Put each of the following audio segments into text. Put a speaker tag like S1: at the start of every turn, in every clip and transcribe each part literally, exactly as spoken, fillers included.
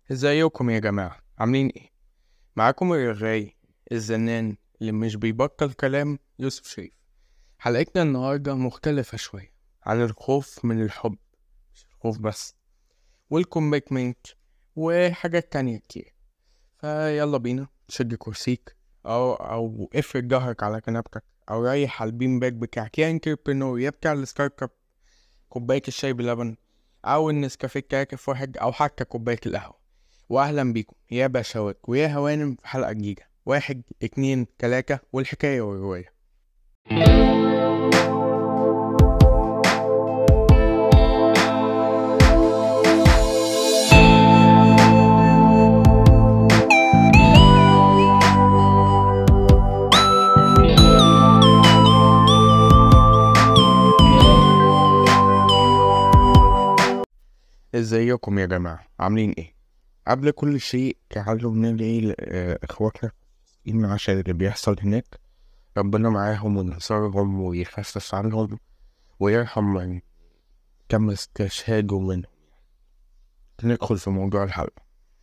S1: ازيكم يا جماعة عاملين ايه؟ معاكم الرغاي الزنان اللي مش بيبطل كلام يوسف شريف. حلقتنا النهاردة مختلفة شوية عن الخوف من الحب، مش الخوف بس، والكوميتمنت وحاجات تانية كتير. فيلا بينا شد كرسيك أو أو افرد ظهرك على كنبتك أو ريح على البين باك بتاعك يا انتربرنور يا بتاع الستارت اب، كوباية الشاي بلبن أو النسكافيه كراكة في واحد أو حتى كوباية القهوة. واهلا بيكم يا باشوات ويا هوانم في حلقة جديدة. واحد اتنين تلاتة والحكاية والرواية. ازيكم يا جماعة عاملين ايه؟ قبل كل شيء تعالوا ندعي لاخواتنا عشان اللي بيحصل هناك، ربنا معاهم وينصرهم ويخفف عنهم ويرحم من كم استشهادوا منهم. ندخل في موضوع الحلقة.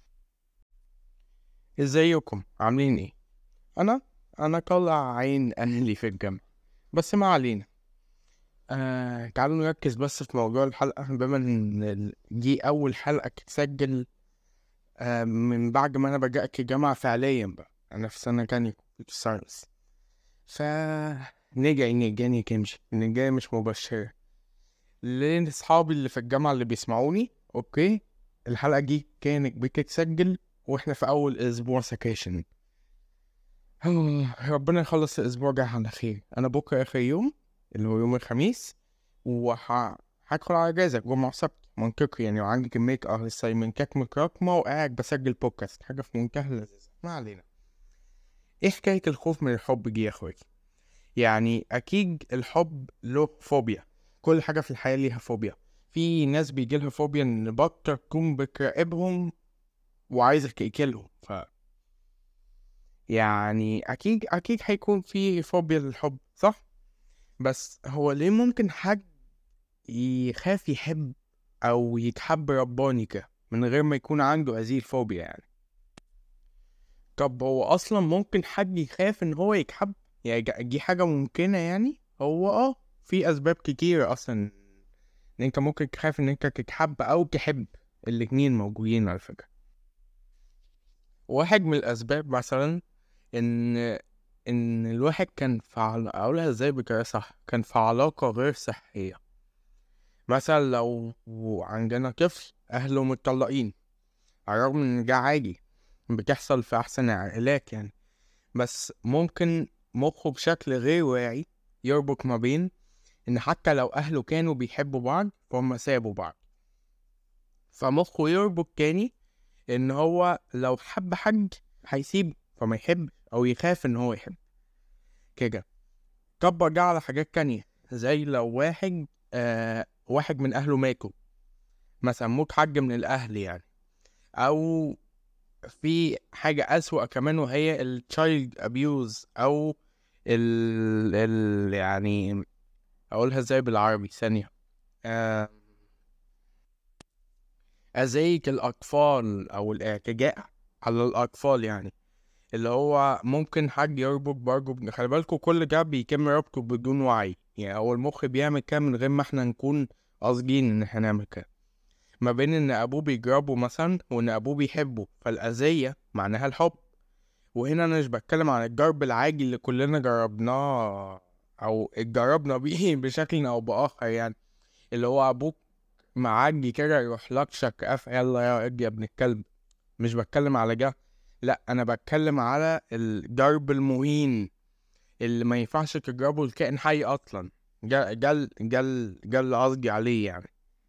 S1: ازيكم عاملين ايه؟ انا انا طالع عين اهلي في الجامعة، بس ما علينا. آه تعالوا نركز بس في موضوع الحلقة، بما ان ال- دي اول حلقة تتسجل آه من بعد ما انا بدأت الجامعة فعليا بقى. انا في سنة تانية كمبيوتر ساينس، ف نجي نجاني كمشي نجاي مش مبشرة لاصحابي اللي في الجامعة اللي بيسمعوني. اوكي، الحلقة دي كانت بتتسجل واحنا في اول اسبوع سكاشن. ربنا يخلص الاسبوع ده على خير. انا بكره اخر يوم اللي هو يوم الخميس، وهدخل على اجازه جمعه وسبت منطقي يعني، وعندي كميه اسايمنتات متراكمه وقاعد بسجل بودكاست، حاجه في منتهى اللذاذه. ما علينا. ايه حكايه الخوف من الحب دي يا اخوي؟ يعني اكيد الحب له فوبيا، كل حاجه في الحياه ليها فوبيا. في ناس بيجيلها فوبيا ان بطل تكون بتراقبهم وعايزك تقتلهم، ف يعني اكيد اكيد هيكون في فوبيا للحب، صح؟ بس هو ليه ممكن حد يخاف يحب او يتحب رباني كده من غير ما يكون عنده هذه الفوبيا يعني؟ طب هو اصلا ممكن حد يخاف ان هو يتحب؟ يعني ج- دي حاجة ممكنة يعني؟ هو اه في اسباب كتيرة اصلا ان انت ممكن تخاف ان انت تتحب او تحب. الاتنين موجودين على فكرة. واحد من الاسباب مثلا ان ان الواحد كان في عل... اقولها ازاي بطريقة صح، كان في علاقة غير صحية. مثلا لو عندنا طفل اهله متطلقين، على الرغم ان ده عادي بتحصل في احسن العائلات يعني، بس ممكن مخه بشكل غير واعي يربط ما بين ان حتى لو اهله كانوا بيحبوا بعض فهم سابوا بعض، فمخه يربط تاني ان هو لو حب حد هيسيب فما يحب او يخاف ان هو يحب كده. طبق ده على حاجات تانية، زي لو واحد آه واحد من اهله ماتوا، مثلا موت حد من الاهل يعني، او في حاجة أسوأ كمان وهي ال child abuse أو ال ال يعني أقولها ازاي بالعربي ثانية، آه، أذية الأطفال أو الاعتداء على الأطفال يعني. اللي هو ممكن حد يربط برضه، خلي بالكوا كل ده بيتم ربطه بدون وعي يعني، هو المخ بيعمل كده من غير ما احنا نكون قاصدين إن احنا نعمل كده، ما بين إن أبوه بيجربه مثلا وإن أبوه بيحبه، فالأذية معناها الحب. وهنا انا مش بتكلم عن الضرب العاجي اللي كلنا جربناه او اتجربنا بيه بشكل او باخر يعني، اللي هو ابوك معدي كده يروح لطشك اف يلا يا اجي يا ابن الكلب. مش بتكلم على ده، لا انا بتكلم على الضرب المهين اللي ما ينفعش تجربه لكائن حي اصلا. جل جل جل جل قصدي عليه يعني.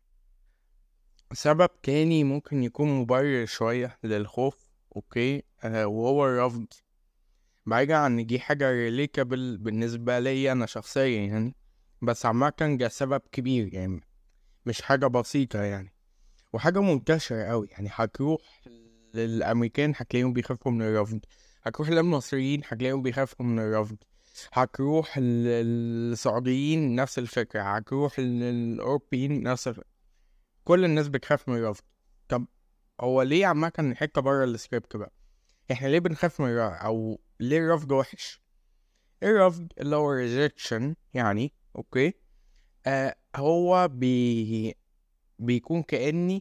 S1: سبب تاني ممكن يكون مبرر شوية للخوف، اوكي، آه وهو الرفض. بعيدا عن إن دي حاجة ريليكابل بالنسبة لي أنا شخصيا يعني، بس عامة ده سبب كبير يعني، مش حاجة بسيطة يعني، وحاجة منتشرة أوي يعني. هتروح للأمريكان هتلاقيهم بيخافوا من الرفض، هتروح للمصريين هتلاقيهم بيخافوا من الرفض، هتروح للسعوديين نفس الفكرة، هتروح للأوروبيين نفس الفكرة. كل الناس بتخاف من الرفض. طب هو ليه عامة حتة بره السكريبت بقى، احنا ليه بنخاف من الرفض، او ليه الرفض وحش؟ الرفض اللي هو rejection يعني، اوكي، آه هو بي بيكون كأني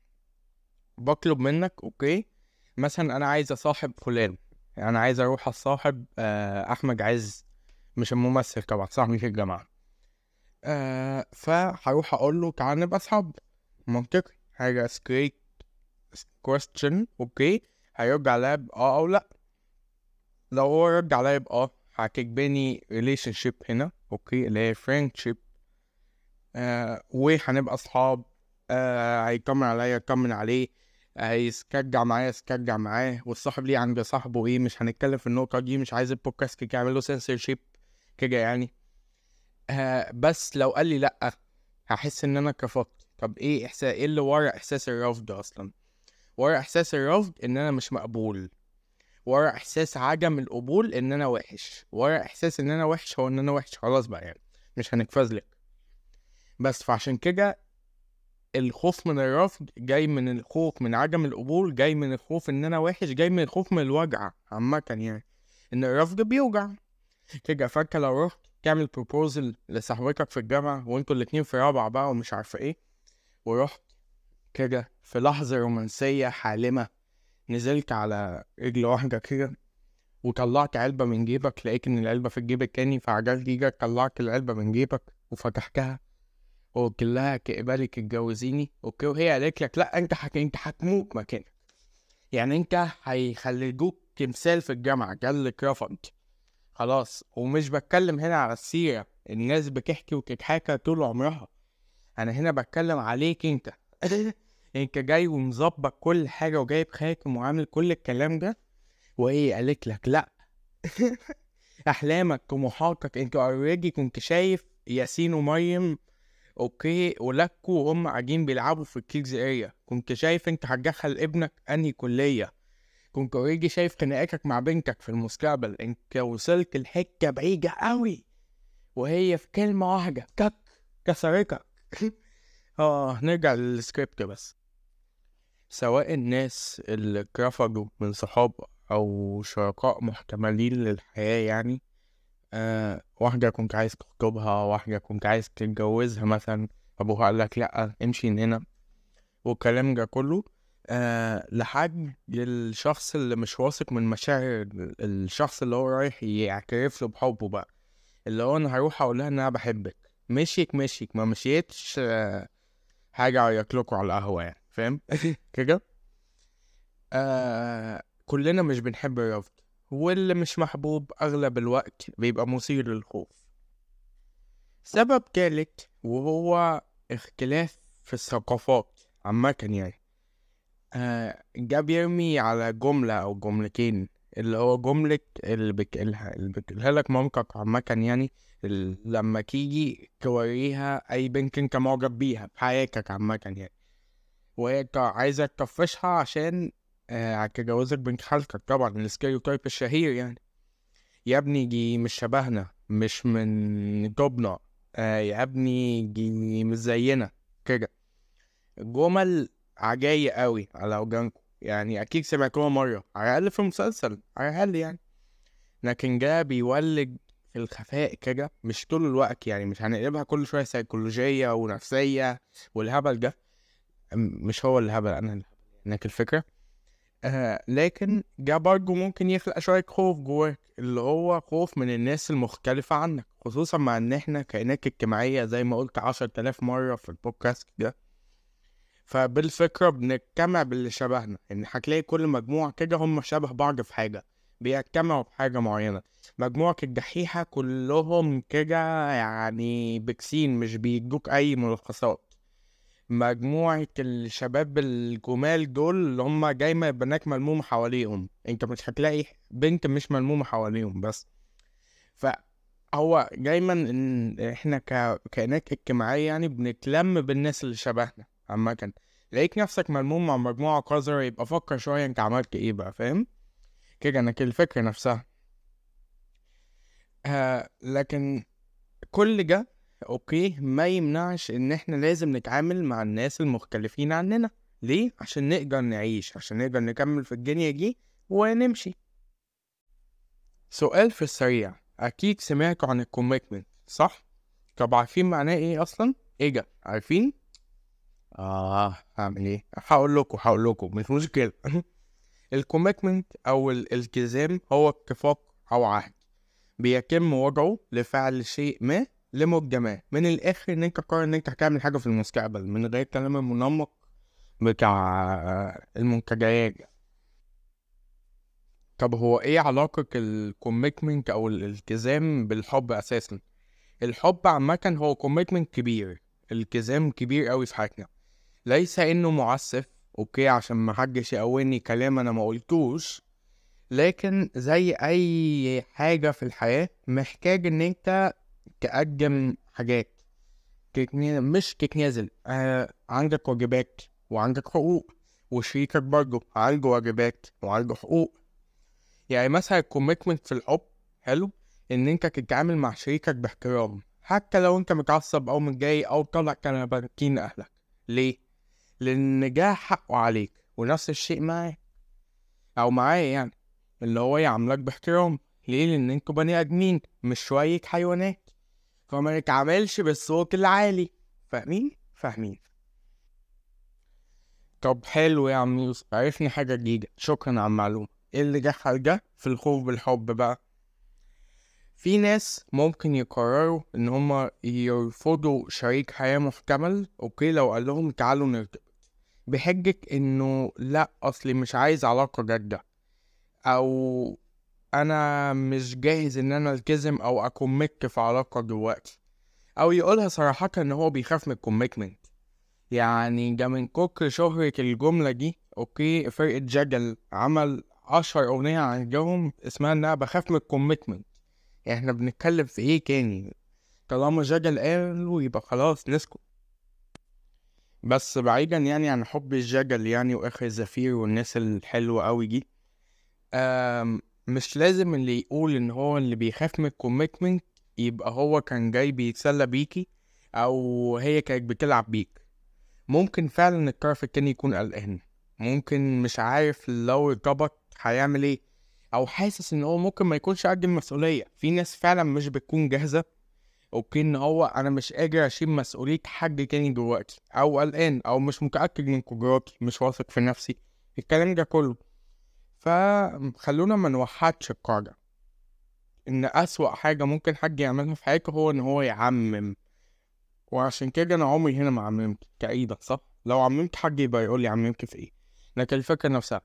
S1: بطلب منك، اوكي، مثلا انا عايز اصاحب فلان، انا عايز اروح اصاحب آه احمد عز، مش الممثل طبعا، صاحبي في الجامعة، آه فهروح اقول له تعال نبقى اصحاب. منطقي، حاجة straight question، اوكي، هيرد عليا باه او لا. لو هو رد عليا باه، هتكبني relationship هنا، اوكي، اللي هي friendship، آه وهنبقى اصحاب، آه هيطمن عليا اطمن عليه، هيسكجع معايا اسكجع معاه، والصاحب ليه عند صاحبه ايه، مش هنتكلم في النقطة دي، مش عايز البودكاست كده يعمل له censorship كده يعني. آه بس لو قال لي لأ، هحس ان انا اترفضت. طب ايه احساس، ايه اللي ورا احساس الرفض اصلا؟ ورا احساس الرفض ان انا مش مقبول، ورا احساس عدم القبول ان انا وحش، ورا احساس ان انا وحش هو ان انا وحش خلاص بقى يعني، مش هنتفزلك. بس فعشان كده الخوف من الرفض جاي من الخوف من عدم القبول، جاي من الخوف ان انا وحش، جاي من الخوف من الوجع عامة يعني، ان الرفض بيوجع. كده فاكر لو رحت تعمل بروبوزل لصاحبتك في الجامعة وانتوا الاتنين في رابعة بقى ومش عارفة ايه، ورحت كده في لحظة رومانسية حالمة نزلت على رجل واحدة كده، وطلعت علبة من جيبك، لقيت ان العلبة في الجيب التاني، فعجلت ايدك طلعت العلبة من جيبك وفتحتها وقلت لها كقبالك اتجوزيني، اوكي، وهي قالت لك لا انت حك... انت هتموت مكانك، يعني انت هيخلجوك تمثال في الجامعة، جالك رفض خلاص. ومش بتكلم هنا على السيرة، الناس بتحكي وتتحكى طول عمرها، انا هنا بتكلم عليك انت. انت جاي ومظبط كل حاجة وجايب خاتم وعامل كل الكلام ده، وايه قالت لك لا. احلامك طموحاتك، انت اوريدي كنت شايف ياسين ومريم، اوكي، ولكو وهم قاعدين بيلعبوا في الكيدز اريا، كنت شايف انت هتدخل ابنك انهي كلية، كنت اوريدي شايف خناقاتك مع بنتك في المستقبل، انت وصلت لحتة بعيدة قوي، وهي في كلمة واحدة كك كسرتك. اه نرجع للسكريبت بس. سواء الناس اللي اترفضوا من صحاب او شركاء محتملين للحياة يعني، آه واحدة كنت عايز تخطبها، واحدة كنت عايز تتجوزها مثلا، ابوها قال لك لا امشي من هنا، والكلام ده كله، آه لحد الشخص اللي مش واثق من مشاعر الشخص اللي هو رايح يعترف له بحبه بقى، اللي هو انا هروح اقول لها ان انا بحبك، مشيك مشيك ما مشيتش، آه حاجة ياكلكوا على القهوة يعني، فاهم؟ كده. آه كلنا مش بنحب الرفض، واللي مش محبوب اغلب الوقت بيبقى مثير للخوف. سبب تالت وهو اختلاف في الثقافات عامة يعني، آه جا بيرمي على جملة أو جملتين، اللي هو جملة اللي بتقلها اللي بتقولها لك مامتك عامة يعني، ال- لما تيجي توريها أي بنت أنت معجب بيها في حياتك عامة يعني، وهي ك- عايزة تطفشها عشان آه هتجوزك بنت خالتك، طبعا الستيreotype الشهير يعني، يا ابني دي مش شبهنا، مش من جبنا، آه يا ابني دي مش زينا كده. جمل عجاية قوي على ودانكم يعني، اكيد سمعتوها مرة على الاقل في مسلسل على الاقل يعني، لكن جا بيولد في الخفاء كده، مش طول الوقت يعني، مش هنقلبها كل شوية سيكولوجية ونفسية والهبل ده، م- مش هو الهبل، انا الهبل هناك الفكرة. آه لكن جا برضه ممكن يخلق شوية خوف جواك، اللي هو خوف من الناس المختلفة عنك، خصوصا مع ان احنا كائنات اجتماعية زي ما قلت عشر تلاف مرة في البودكاست ده. فبالفكرة بنجتمع باللي شبهنا، ان هتلاقي كل مجموعة كده هم شبه بعض في حاجة، بيجتمعوا في حاجة معينة. مجموعة الدحيحة كلهم كده يعني بكسين، مش بيدوك اي ملخصات. مجموعة الشباب الجمال دول اللي هم دايما البنات ملمومة حواليهم، انت مش هتلاقي بنت مش ملمومة حواليهم بس. فهو دايما ان احنا ك... كائنات اجتماعية يعني بنتلم بالناس اللي شبهنا عامة. لقيت نفسك ملموم مع مجموعة قذرة، يبقى فكر شوية انت عملت ايه بقى، فاهم؟ كده انا كده الفكرة نفسها. آه لكن كل ده اوكي ما يمنعش ان احنا لازم نتعامل مع الناس المختلفين عننا، ليه؟ عشان نقدر نعيش، عشان نقدر نكمل في الدنيا دي ونمشي. سؤال في السريع، اكيد سمعتوا عن الكوميتمنت صح؟ طب عارفين معناه ايه اصلا؟ ايه ده؟ عارفين؟ اه هعمل ايه؟ هقول لكم هقول لكم مش مشكله. الكوميتمنت او الالتزام هو اتفاق او عهد بيتم وضعه لفعل شيء ما لمدة ما. من الاخر ان انت قرر ان انت هتعمل حاجه في المستقبل من غير كلام المنمق بتاع المنتجات. طب هو ايه علاقة الكوميتمنت او الالتزام بالحب اساسا؟ الحب عامة هو كوميتمنت كبير، التزام كبير قوي في حياتنا. ليس انه معسف، اوكي، عشان ما حدش يقولني كلام انا ما قلتوش، لكن زي اي حاجة في الحياة محتاج ان انت تقدم حاجات. تتنا- مش تتنازل، آه عندك واجبات وعندك حقوق، وشريكك برضه عنده واجبات وعنده حقوق. يعني مثلا الكوميتمنت في الحب حلو ان انت تتعامل مع شريكك باحترام حتى لو انت متعصب او متضايق او طالع كنبرتين اهلك. ليه؟ لان ده حقه عليك، ونفس الشيء معاه او معايا يعني، اللي هو يعاملك باحترام. ليه؟ لان انتوا بني ادمين مش شوية حيوانات، فما نتعاملش بالصوت العالي. فاهمين؟ فاهمين. طب حلو يا عم يوسف، عرفني حاجة جديدة، شكرا على المعلومة. ايه اللي جه حاجة في الخوف بالحب بقى؟ في ناس ممكن يقرروا ان هما يرفضوا شريك حياة محتمل، اوكي، لو قال لهم تعالوا نرتبط، بحجة انه لا اصلي مش عايز علاقة جادة، او انا مش جاهز ان انا التزم او اكمك في علاقة دلوقتي، او يقولها صراحة ان هو بيخاف من الكوميتمنت. يعني ده من كتر شهرة الجملة دي، اوكي، فرقة جدل عمل اشهر اغنية عندهم اسمها انها بخاف من الكوميتمنت. احنا بنتكلم في ايه تاني؟ طالما جدل قالوا يبقى خلاص نسكت. بس بعيدا يعني عن حب الجدل يعني واخر زفير والناس الحلوة قوي دي، آم مش لازم اللي يقول ان هو اللي بيخاف من الكوميتمنت يبقى هو كان جاي بيتسلى بيكي او هي كانت بتلعب بيك. ممكن فعلا الطرف التاني يكون قلقان، ممكن مش عارف لو ارتبط هيعمل ايه، او حاسس ان هو ممكن ما يكونش قد المسؤولية. في ناس فعلا مش بتكون جاهزة، اوكي، ان هو انا مش قادر اشيل مسؤولية حد تاني دلوقتي، او قلقان او مش متأكد من قدراتي، مش واثق في نفسي، الكلام ده كله. فخلونا ما نوحدش القاعدة ان اسوأ حاجة ممكن حد يعملها في حياته هو ان هو يعمم. وعشان كده انا عمري هنا ما عممت كعيدة، صح؟ لو عممت حد يبقى يقول لي عممت في ايه، لكن الفكرة نفسها.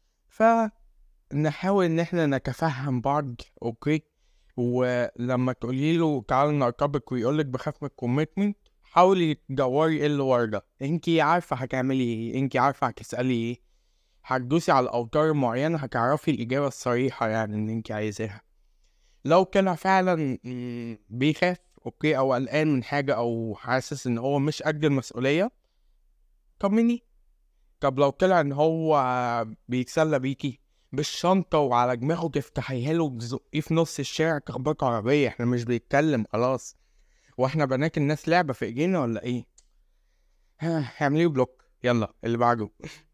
S1: فنحاول ان احنا نتفهم بعض، اوكي. ولما تقولي له تعالى نرتبط ويقولك بخاف من الكوميتمنت، حاولي تدوري ايه اللي ورا. انتي عارفة هتعملي ايه، انتي عارفة هتسألي ايه، هتدوسي على الاوتار المعينة، هتعرفي الاجابة الصريحة يعني ان انتي عايزاها. لو كان فعلا مم، بيخاف، اوكي، او قلقان من حاجة او حاسس ان هو مش قد المسؤولية، طمني. طب لو طلع ان هو بيتسلى بيكي بالشنطة وعلى دماغه تفتحيها له تزقيه في نص الشارع تخبطه عربية، احنا مش بيتكلم خلاص، واحنا بنات الناس لعبة في ايدينا ولا ايه؟ ها، اعمليه بلوك، يلا اللي بعده.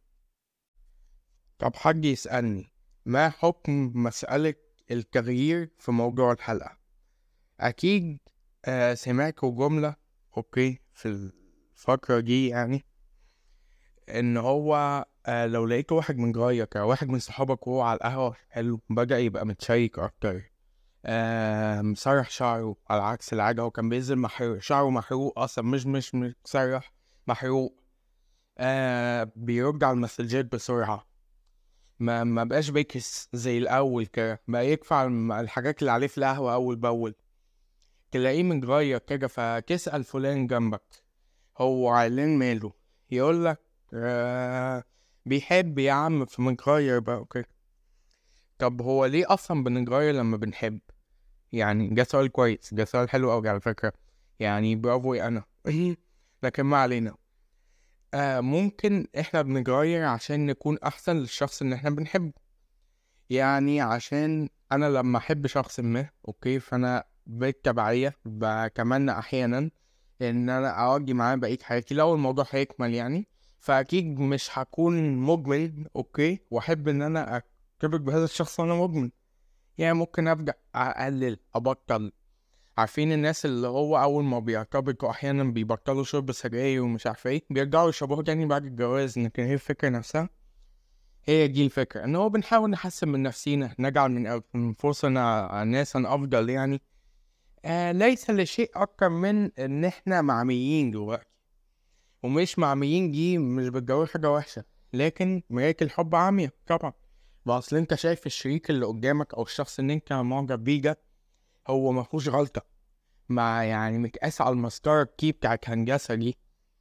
S1: طب حد يسألني ما حكم مسألة التغيير في موضوع الحلقة؟ اكيد آه سمعتوا جملة، اوكي، في الفترة دي يعني، ان هو آه لو لقيت واحد من جرايك او واحد من صحابك وهو على القهوة حلو بدأ يبقى متشيك اكتر، آه مسرح شعره على عكس العادة، هو كان بينزل محروق، شعره محروق اصلا، مش مش مسرح، محروق. آه بيرد على المسجات بسرعة، ما ما بقاش بيكس زي الاول كده، بقى يدفع الم- الحاجات اللي عليه في القهوة اول باول. تلاقيه متغير كده، فتسأل فلان جنبك هو عيلين ماله، يقولك آه بيحب يا عم فمتغير بقى وكده. طب هو ليه اصلا بنتغير لما بنحب؟ يعني ده سؤال كويس، ده سؤال حلو اوي على فكرة، يعني برافو يا انا. لكن ما علينا. آه ممكن احنا بنتغير عشان نكون احسن للشخص اللي احنا بنحبه. يعني عشان انا لما احب شخص ما، اوكي، فانا بالتبعية بتمنى احيانا ان انا اواجه معاه بقية حياتي لو الموضوع هيكمل يعني. فاكيد مش هكون مجمل اوكي واحب ان انا ارتبط بهذا الشخص وانا مجمل. يعني ممكن ابدا اقلل ابطل. عارفين الناس اللي هو اول ما بيرتبطوا احيانا بيبطلوا شرب سجاير ومش عارف ايه، بيرجعوا يشربوها تاني بعد الجواز. لكن هي الفكره نفسها، هي دي الفكره، ان هو بنحاول نحسن من نفسنا، نجعل من انفسنا ناسا افضل يعني. آه ليس لشيء اكتر من ان احنا معميين دلوقتي. ومش معميين دي مش بتجوز حاجه وحشه، لكن مراية الحب عاميه طبعا. اصل انت شايف الشريك اللي قدامك او الشخص اللي انت معجب بيه ده، هو مفهوش غلطه، ما يعني متقاس على المسطره الكي بتاعت هندسه دي.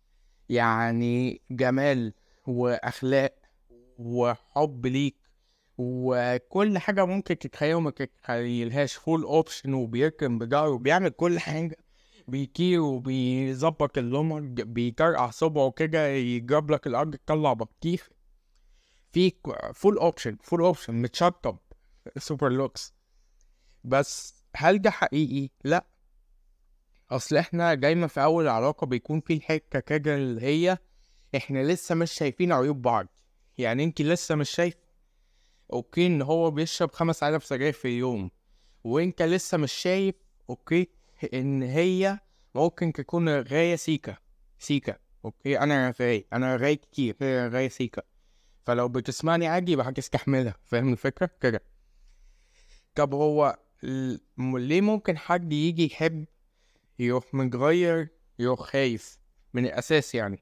S1: يعني جمال واخلاق وحب ليك وكل حاجه ممكن تتخيلها وما تتخيلهاش، فول اوبشن، وبيركن بجار وبيعمل كل حاجه، بيطير وبيظبط اللمر، بيطرقع صبعه كده يجرب لك الارض تطلع بطيخ، في فول اوبشن فول اوبشن متشطب سوبر لوكس. بس هل ده حقيقي؟ لا. اصل احنا دايما في اول علاقه بيكون في حته كده اللي هي احنا لسه مش شايفين عيوب بعض. يعني انت لسه مش شايف اوكي ان هو بيشرب خمس علب سجاير في اليوم، وانت لسه مش شايف اوكي ان هي ممكن تكون غاية سيكا سيكا اوكي. انا غاي انا غاي كتير، هي غاية سيكا. فلو بتسمعني عادي يبقى هتستحملها، فاهم الفكرة كده. طب هو ل- م- ليه ممكن حد يجي يحب يروح متغير، يروح خايف من الاساس يعني؟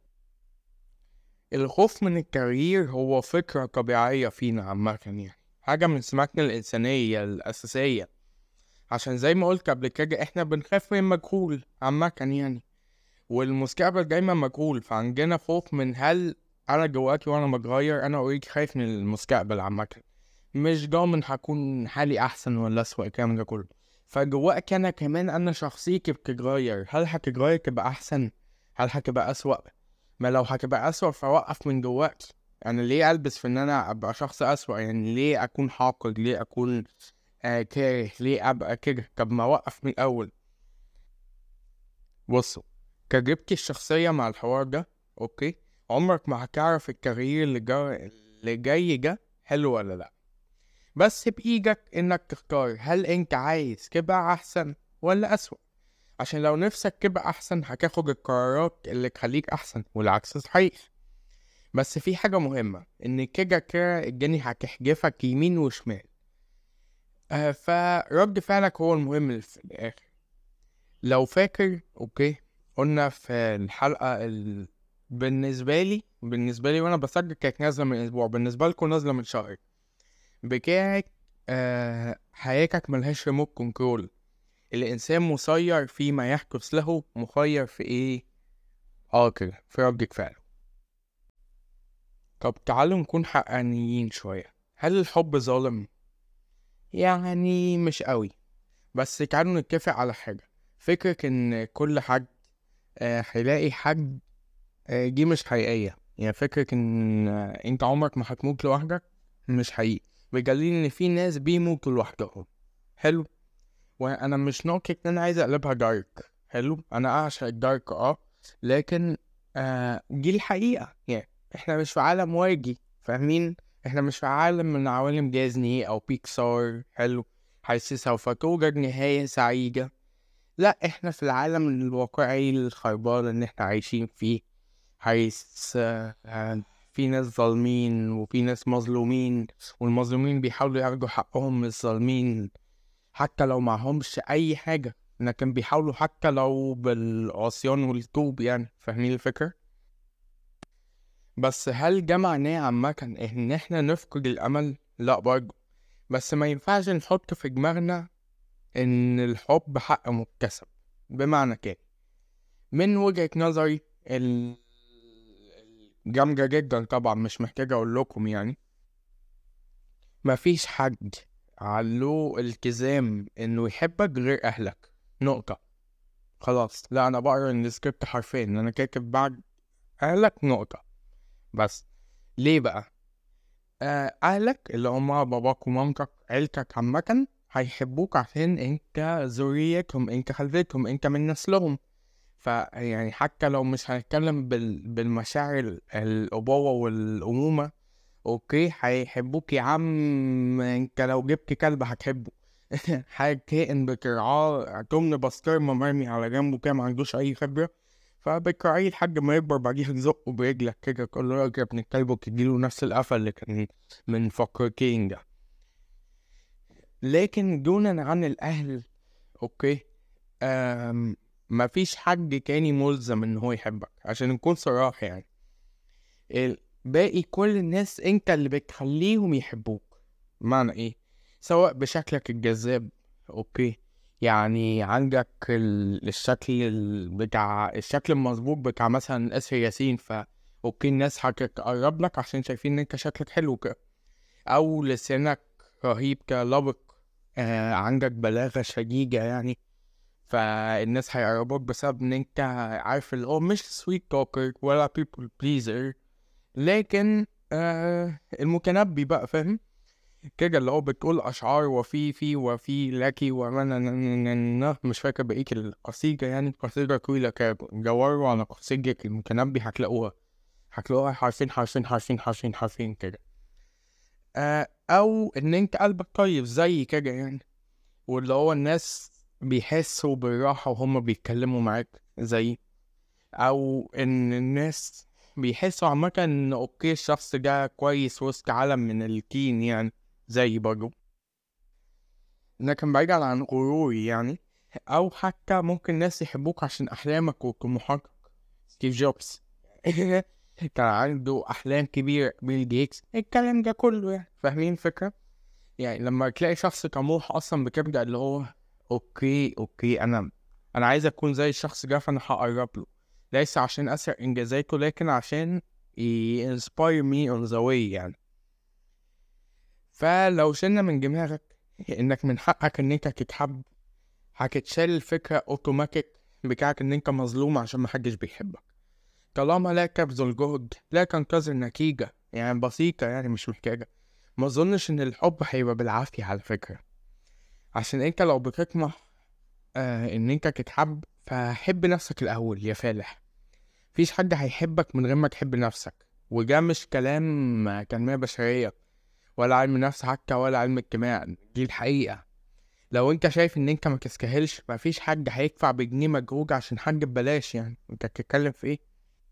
S1: الخوف من التغيير هو فكرة طبيعية فينا عامة، يعني حاجة من سماتنا الإنسانية الأساسية. عشان زي ما قلت قبل كده احنا بنخاف من المجهول عامة يعني، والمستقبل دايما مجهول، فعندنا خوف من هل انا جواكي وانا متغير انا اوريدي خايف من المستقبل عامة، مش ضامن هكون حالي احسن ولا اسوأ الكلام ده كله. فجواك انا كمان انا شخصيتي بتتغير، هل هتتغير تبقى احسن؟ هل هتبقى اسوأ؟ ما لو هتبقى اسوأ فوقف من جواكي. انا ليه البس في ان انا ابقى شخص اسوأ؟ يعني ليه اكون حاقد؟ ليه اكون آه كاره؟ ليه ابقى كده؟ طب ما اوقف من الاول. بصوا، تجربتي الشخصيه مع الحوار ده اوكي، عمرك ما هتعرف التغيير اللي جاي اللي جاي ده حلو ولا لا. بس بايدك انك تختار هل انت عايز تبقى احسن ولا اسوأ. عشان لو نفسك تبقى احسن هتاخد القرارات اللي تخليك احسن، والعكس صحيح. بس في حاجه مهمه، ان كده كده الجني هتحجفك يمين وشمال. آه فرد فعلك هو المهم في الاخر. لو فاكر اوكي، قلنا في الحلقة ال... بالنسبة لي بالنسبة لي وانا بسجل كانت نازلة من اسبوع، بالنسبة لكم نازلة من شهر. بكاك آه حياتك ملهاش ريموت كنترول. الانسان مسير فيما يحدث له، مخير في ايه؟ اه كده في ردك فعله. طب تعالوا نكون حقانيين شوية، هل الحب ظالم؟ يعني مش قوي. بس تعالوا نتفق على حاجة، فكرة ان كل حد آه هيلاقي حد، آه، دي مش حقيقية. يعني فكرة ان آه، انت عمرك ما هتموت لوحدك مش حقيقي، بدليل ان في ناس بيموتوا لوحدهم. حلو. وانا مش ناقص ان انا عايز اقلبها دارك. حلو، انا اعشق الدارك اه، لكن آه دي الحقيقة. يعني احنا مش في عالم واجي، فاهمين؟ احنا مش في عالم من عوالم ديزني او بيكسار حلو حيث سوف توجد نهاية سعيدة. لا، احنا في العالم الواقعي الخربان اللي احنا عايشين فيه، حيث آه، في ناس ظالمين وفي ناس مظلومين، والمظلومين بيحاولوا ياخدوا حقهم من الظالمين حتى لو معهمش اي حاجة، لكن بيحاولوا حتى لو بالعصيان والكوب. يعني فاهمين الفكرة؟ بس هل ده معناه عامة ان احنا نفقد الامل؟ لا برضه. بس ما ينفعش نحط في دماغنا ان الحب حق مكتسب. بمعنى كده، من وجهة نظري ال- الجامدة جدا طبعا، مش محتاج اقول لكم يعني، مفيش حد له التزام انه يحبك غير اهلك. نقطة. خلاص، لا انا بقرا السكريبت حرفيا، انا كاتب بعد اهلك نقطة. بس ليه بقى؟ آه اهلك اللي هما باباك ومامتك، عيلتك عامة، هيحبوك عشان انت ذريتهم، انت خلفتهم، انت من نسلهم. فيعني حتى لو مش هنتكلم بال... بالمشاعر ال- الأبوة والأمومة، اوكي هيحبوك يا عم. انت لو جبت كلب هتحبه. حاجة كائن بترعاه تمن بسطرمة مرمي على جنبه كده ما عندوش أي خبرة، فبتراعيه لحد ما يكبر، بعديها تزقه برجلك كده تقول له يا ابن الكلب، وتديله نفس القفا اللي كان من فقرتين ده. لكن دونا عن الأهل، اوكي، أم مفيش حد تاني ملزم ان هو يحبك، عشان نكون صراحة يعني. الباقي كل الناس انت اللي بتخليهم يحبوك. معنى ايه؟ سواء بشكلك الجذاب، اوكي، يعني عندك ال- الشكل ال- بتاع الشكل المظبوط بتاع مثلا اسر ياسين، فا اوكي الناس هتقرب لك عشان شايفين ان انت شكلك حلو كده. او لسانك رهيب كلبق، آه عندك بلاغة شديدة يعني، فالناس هيقربوك بسبب ان انت عارف اللي هو مش سويت توكر ولا people pleaser، لكن آه المتنبي بقى، فاهم كده، اللي هو بتقول اشعار وفي في وفي لكي ومن مش فاكر بقية القصيدة، يعني قصيدة طويلة كده، دوروا على قصيدة المتنبي هتلاقوها، هتلاقوها حرفين حرفين حرفين حرفين حرفين كده. آه او ان انت قلبك طيب زي كده يعني، واللي هو الناس بيحسوا بالراحة وهم بيتكلموا معاك زي، او ان الناس بيحسوا عامة ان اوكي الشخص ده كويس وسط عالم من الكين يعني، زي برضه. لكن بعيدا عن غروري يعني، او حتى ممكن ناس يحبوك عشان احلامك وطموحاتك. ستيف جوبز كان عنده احلام كبيرة، بيل جيتس، الكلام ده كله يعني، فاهمين الفكرة؟ يعني لما تلاقي شخص طموح اصلا بتبدأ اللي هو اوكي اوكي انا انا عايز اكون زي الشخص ده، فانا هقرب له، ليس عشان اسرق انجازاته، لكن عشان ي inspire me on the way يعني. فلو شلنا من دماغك انك من حقك ان انت تتحب، هتتشال الفكرة اوتوماتيك بتاعك ان انت مظلوم عشان محدش بيحبك. طالما لا تبذل جهد لا تنتظر نتيجة يعني بسيطة، يعني مش محتاجة. ما اظنش ان الحب هيبقى بالعافية على فكرة، عشان انت لو بتطمح آه ان انت تتحب، فحب نفسك الاول يا فالح. مفيش حد هيحبك من غير ما تحب نفسك، وده مش كلام تنمية بشرية ولا علم نفس حتى ولا علم اجتماع، دي الحقيقة. لو انت شايف ان انت ما تستاهلش، مفيش حد هيدفع بجنيه مجهود عشان حاجة ببلاش، يعني انت بتتكلم في ايه؟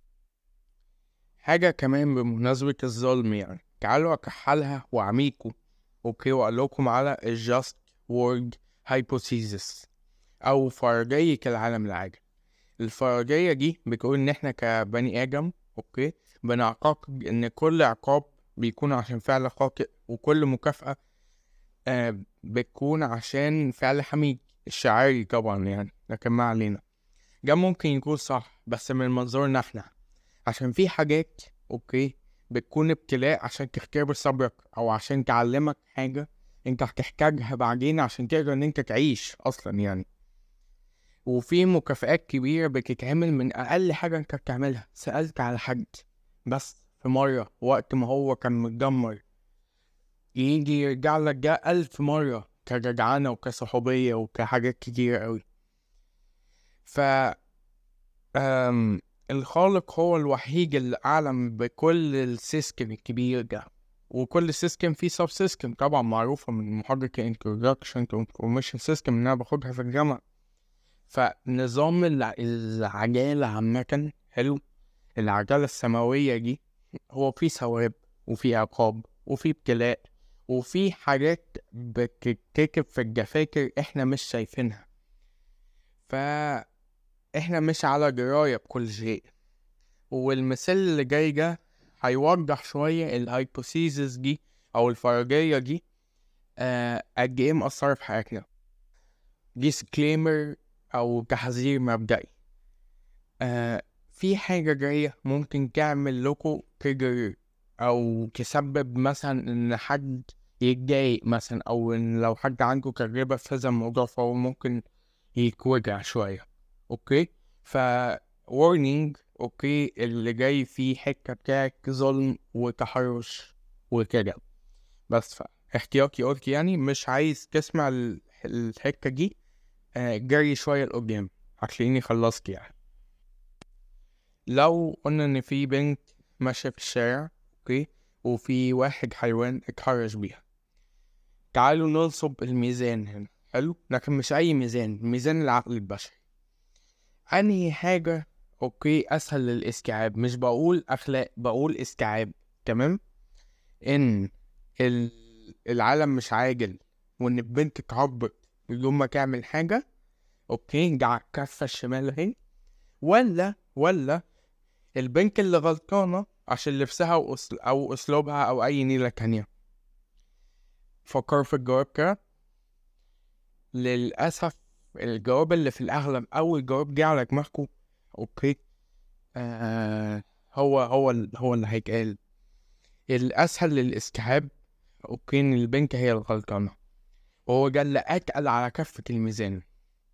S1: حاجة كمان بمناسبة الظلم، يعني تعالوا اكحلها وعميكوا، اوكي، واقول لكم على الجاست وورد hypothesis او فرضية العالم العاجل. الفرضية دي بتقول ان احنا كبني ادم، اوكي، بنعتقد ان كل عقاب بيكون عشان فعل خاطئ، وكل مكافأة آه بتكون عشان فعل حميد الشعاري طبعا يعني، لكن ما علينا. ده ممكن يكون صح بس من منظورنا احنا، عشان في حاجات اوكي بتكون ابتلاء عشان تختبر صبرك، او عشان تعلمك حاجة انت هتحتاجها بعدين عشان تقدر ان انت تعيش اصلا يعني. وفي مكافآت كبيرة بتتعمل من أقل حاجة أنت بتعملها. سألت على حد بس في مرة وقت ما هو كان متدمر، يجي يرجع لك ده ألف مرة كجدعنة وكصحوبية وكحاجات كتير أوي. ف أم... الخالق هو الوحيد اللي أعلم بكل السيستم الكبير ده، وكل سيستم فيه سب سيستم طبعا معروفة من محاضرة Introduction to Information System اللي أنا باخدها في الجامعة. فنظام الع- العجالة عامة حلو، العجلة السماوية دي هو فيه ثواب وفيه عقاب وفيه ابتلاء وفيه حاجات بتتكتب في الدفاتر احنا مش شايفينها، فاحنا مش على دراية بكل شيء. والمثال اللي جاي ده هيوضح شوية الهايبوثيسيس دي او الفرضية دي آه، قد ايه مأثرة في حياتنا. disclaimer او تحذير مبدئي، آه في حاجة جاية ممكن تعمل لكم تريجر أو تسبب مثلا إن حد يتضايق مثلا، أو إن لو حد عنده تجربة في هذا الموضوع فهو ممكن يتوجع شوية، أوكي؟ ف warning، أوكي، اللي جاي فيه حكة بتاعك ظلم وتحرش وكده. بس ف احتياطي قلت يعني مش عايز تسمع ال- الحكة دي، آه جري شوية لقدام هتلاقيني خلصت يعني. لو قلنا ان في بنت ماشية في الشارع، اوكي، وفي واحد حيوان اتحرش بيها، تعالوا ننصب الميزان هنا. حلو، لكن مش اي ميزان، ميزان العقل البشري. انهي حاجة اوكي اسهل للاستيعاب؟ مش بقول اخلاق، بقول استيعاب. تمام، ان ال- العالم مش عاجل، وان البنت اتعبط يوم ما تعمل حاجة، اوكي، جع الكفة الشمال اهي، ولا ولا البنت اللي غلطانة عشان لبسها وأسل... او اسلوبها او اي نيلة تانية. فكر في الجواب كده. للأسف الجواب اللي في الأغلب أول جواب جه على دماغكم، اوكي، آه هو هو ال- هو اللي هيتقال الأسهل للاستيعاب، اوكي، ان البنت هي الغلطانة، وهو ده اللي أتقل على كفة الميزان.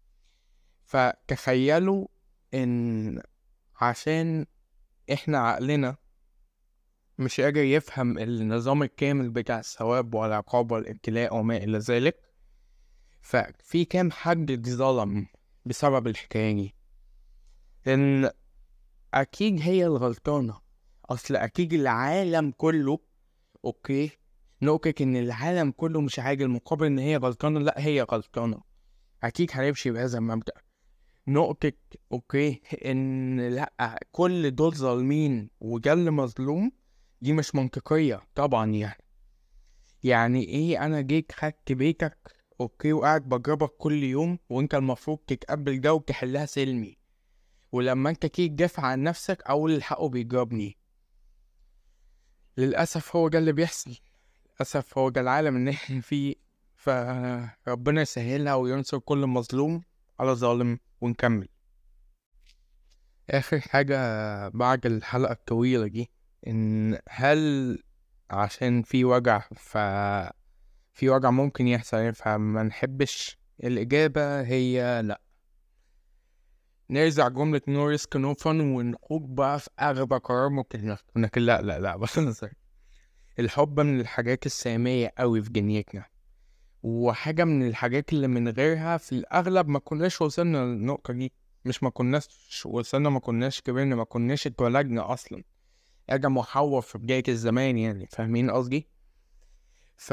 S1: فتخيلوا ان عشان احنا عقلنا مش قادر يفهم النظام الكامل بتاع الثواب والعقاب والابتلاء وما إلى ذلك، ففي كام حد اتظلم بسبب الحكاية دي. إن أكيد هي الغلطانة، أصل أكيد العالم كله، أوكي، نقطة إن العالم كله مش عاجل مقابل إن هي غلطانة، لأ هي غلطانة، أكيد هنمشي بهذا المبدأ. نقطة أوكي إن لأ كل دول ظالمين وده اللي مظلوم، دي مش منطقية طبعا. يعني يعني إيه أنا جيت خدت بيتك، أوكي، وقاعد بجربك كل يوم، وأنت المفروض تتقبل ده وتحلها سلمي، ولما أنت كيك تدافع عن نفسك أول الحقه بيجربني. للأسف هو ده اللي بيحصل، للأسف هو ده العالم اللي احنا فيه. فربنا يسهلها وينصر كل مظلوم على ظالم. ونكمل آخر حاجة بعد الحلقة الطويلة دي، إن هل عشان في وجع ف في وجع ممكن يحصل فما نحبش؟ الإجابة هي لأ. نرجع جملة نو ريسك نو فن ونخوض بقى في أغبى قرار ممكن ناخده، لكن لأ لأ لأ بس نظر. الحب من الحاجات السامية أوي في دنيتنا، وحاجة من الحاجات اللي من غيرها في الأغلب ما كناش وصلنا للنقطة دي. مش ما كناش وصلنا، ما كناش كبرنا، ما كناش اتولدنا أصلا. آدم وحواء في بداية الزمان، يعني فاهمين قصدي؟ ف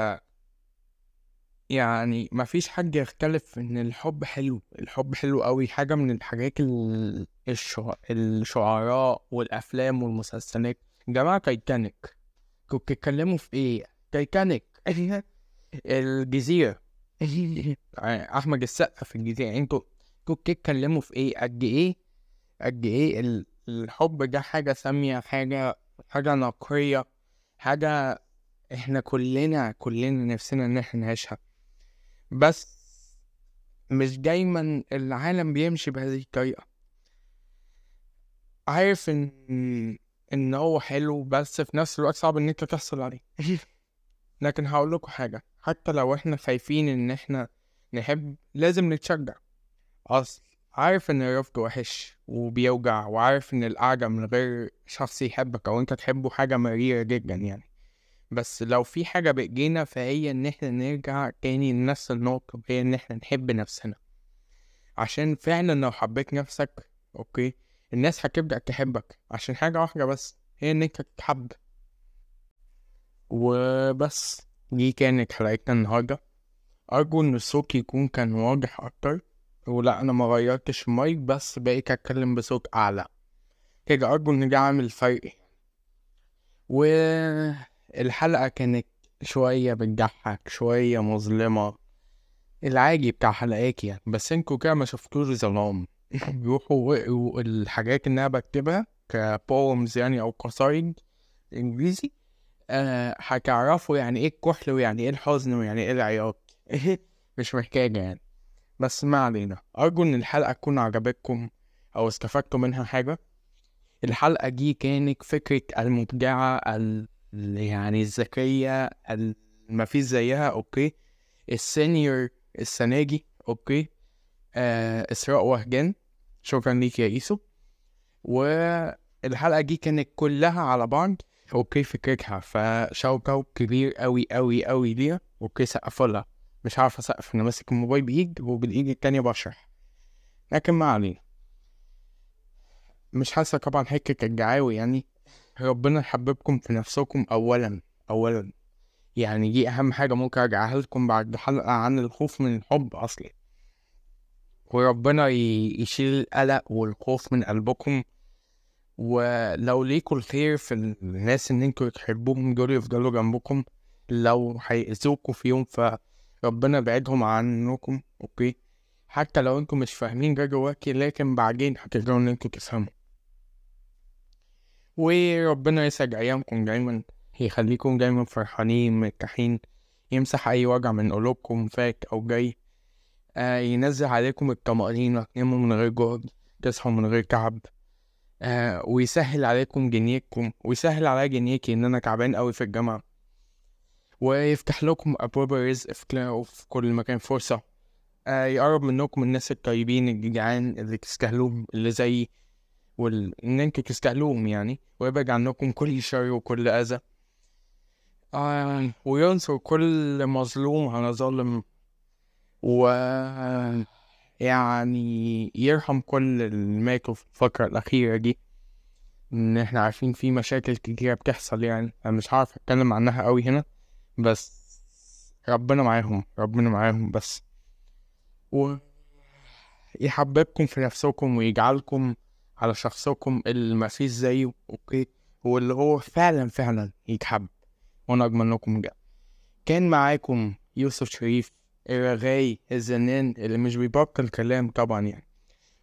S1: يعني ما فيش حد يختلف إن الحب حلو، الحب حلو قوي. حاجة من الحاجات ال... الشع... الشعراء والأفلام والمسلسلات. جماعة تايتانيك كنتوا بتتكلموا في إيه؟ تايتانيك الجزيرة أحمد السقا في الجزيرة، انتوا كنتوا بتتكلموا في إيه؟ قد إيه قد إيه ال- الحب ده حاجة سامية، حاجة حاجة نقية، حاجة احنا كلنا كلنا نفسنا ان احنا نعيشها. بس مش دايما العالم بيمشي بهذه الطريقة. عارف ان ان هو حلو، بس في نفس الوقت صعب ان انت تحصل عليه. لكن هقول لكم حاجة، حتى لو احنا خايفين ان احنا نحب، لازم نتشجع. اصل عارف ان الرفض وحش وبيوجع، وعارف ان القعدة من غير شخص يحبك او انت تحبه حاجة مريرة جدا يعني. بس لو في حاجة بإيدينا فهي ان احنا نرجع تاني لنفس النقطة، وهي ان احنا نحب نفسنا. عشان فعلا لو حبيت نفسك، اوكي، الناس هتبدأ تحبك عشان حاجة واحدة بس، هي ان انت تتحب. وبس، دي كانت حلقتنا النهاردة. أرجو إن الصوت يكون كان واضح أكتر. ولا أنا ما غيرتش المايك، بس بقيت أتكلم بصوت أعلى كده، أرجو إن ده عامل فرق. والحلقة كانت شوية بتضحك شوية مظلمة، العادي بتاع حلقات يعني. بس انتوا كده ما شفتوش ظلام. روحوا وقروا الحاجات اللي أنا بكتبها كبومز يعني أو قصايد إنجليزي، أه هتعرفوا يعني إيه الكحل ويعني إيه الحزن ويعني إيه العياط. مش محتاجة يعني. بس ما علينا، أرجو إن الحلقة تكون عجبتكم أو استفدتوا منها حاجة. الحلقة دي كانت فكرة المبدعة ال... يعني الذكية ال... ما فيش زيها، أوكي، السينيور السنة دي، أوكي، آه إسراء وهجان. شكرا ليك يا إيسو. والحلقة دي كانت كلها على بعض، أوكي، فكرتها فشوت اوت كبير أوي أوي أوي ليها، أوكي، سقفلها. مش عارف أسقف، أنا ماسك الموبايل بإيد وبالإيد التانية بشرح، لكن ما علينا. مش حاسة طبعا حكة الجعاوي يعني. ربنا يحببكم في نفسكم أولا أولا، يعني دي أهم حاجة ممكن أرجعها لكم بعد حلقة عن الخوف من الحب أصلا. وربنا ي- يشيل القلق والخوف من قلبكم، ولو ليكوا الخير في الناس ان انتوا تحبوهم دول يفضلوا جنبكم. لو هيأذوكوا في يوم فربنا بعدهم عنكم، اوكي، حتى لو انتوا مش فاهمين ده جواكي، لكن بعدين هتقدروا ان انتوا تفهموا. وربنا يسعد ايامكم دايما، يخليكم دايما فرحانين مرتاحين، يمسح اي وجع من قلوبكم فات او جاي، آه ينزل عليكم الطمأنينة، تناموا من غير جهد، تصحوا من غير تعب، آه ويسهل عليكم جنيكم، ويسهل عليا جنيكي ان انا تعبان قوي في الجامعة، ويفتح لكم ابواب الرزق في كلا- في كل مكان فرصة، آه يقرب منكم الناس الطيبين الجدعان اللي تستاهلوهم اللي زيي، وان انتوا تستاهلوهم يعني، ويبعد عنكم كل شر وكل اذى، آه وينصر كل مظلوم على ظالم، و يعني يرحم كل الماتوا في الفترة الأخيرة دي، ان احنا عارفين في مشاكل كتيرة بتحصل، يعني انا مش عارف اتكلم عنها قوي هنا، بس ربنا معاهم ربنا معاهم بس. ويحببكم في نفسكم ويجعلكم على شخصكم اللي ما فيش زيه، اوكي، واللي هو فعلا فعلا يتحب، وانا اضمن لكم ده. كان معاكم يوسف شريف، الرغاي الزنان اللي مش بيبطل كلام طبعا يعني،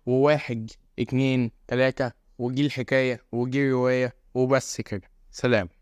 S1: وواحد اتنين تلاتة، وجي الحكاية وجي رواية وبس كده. سلام.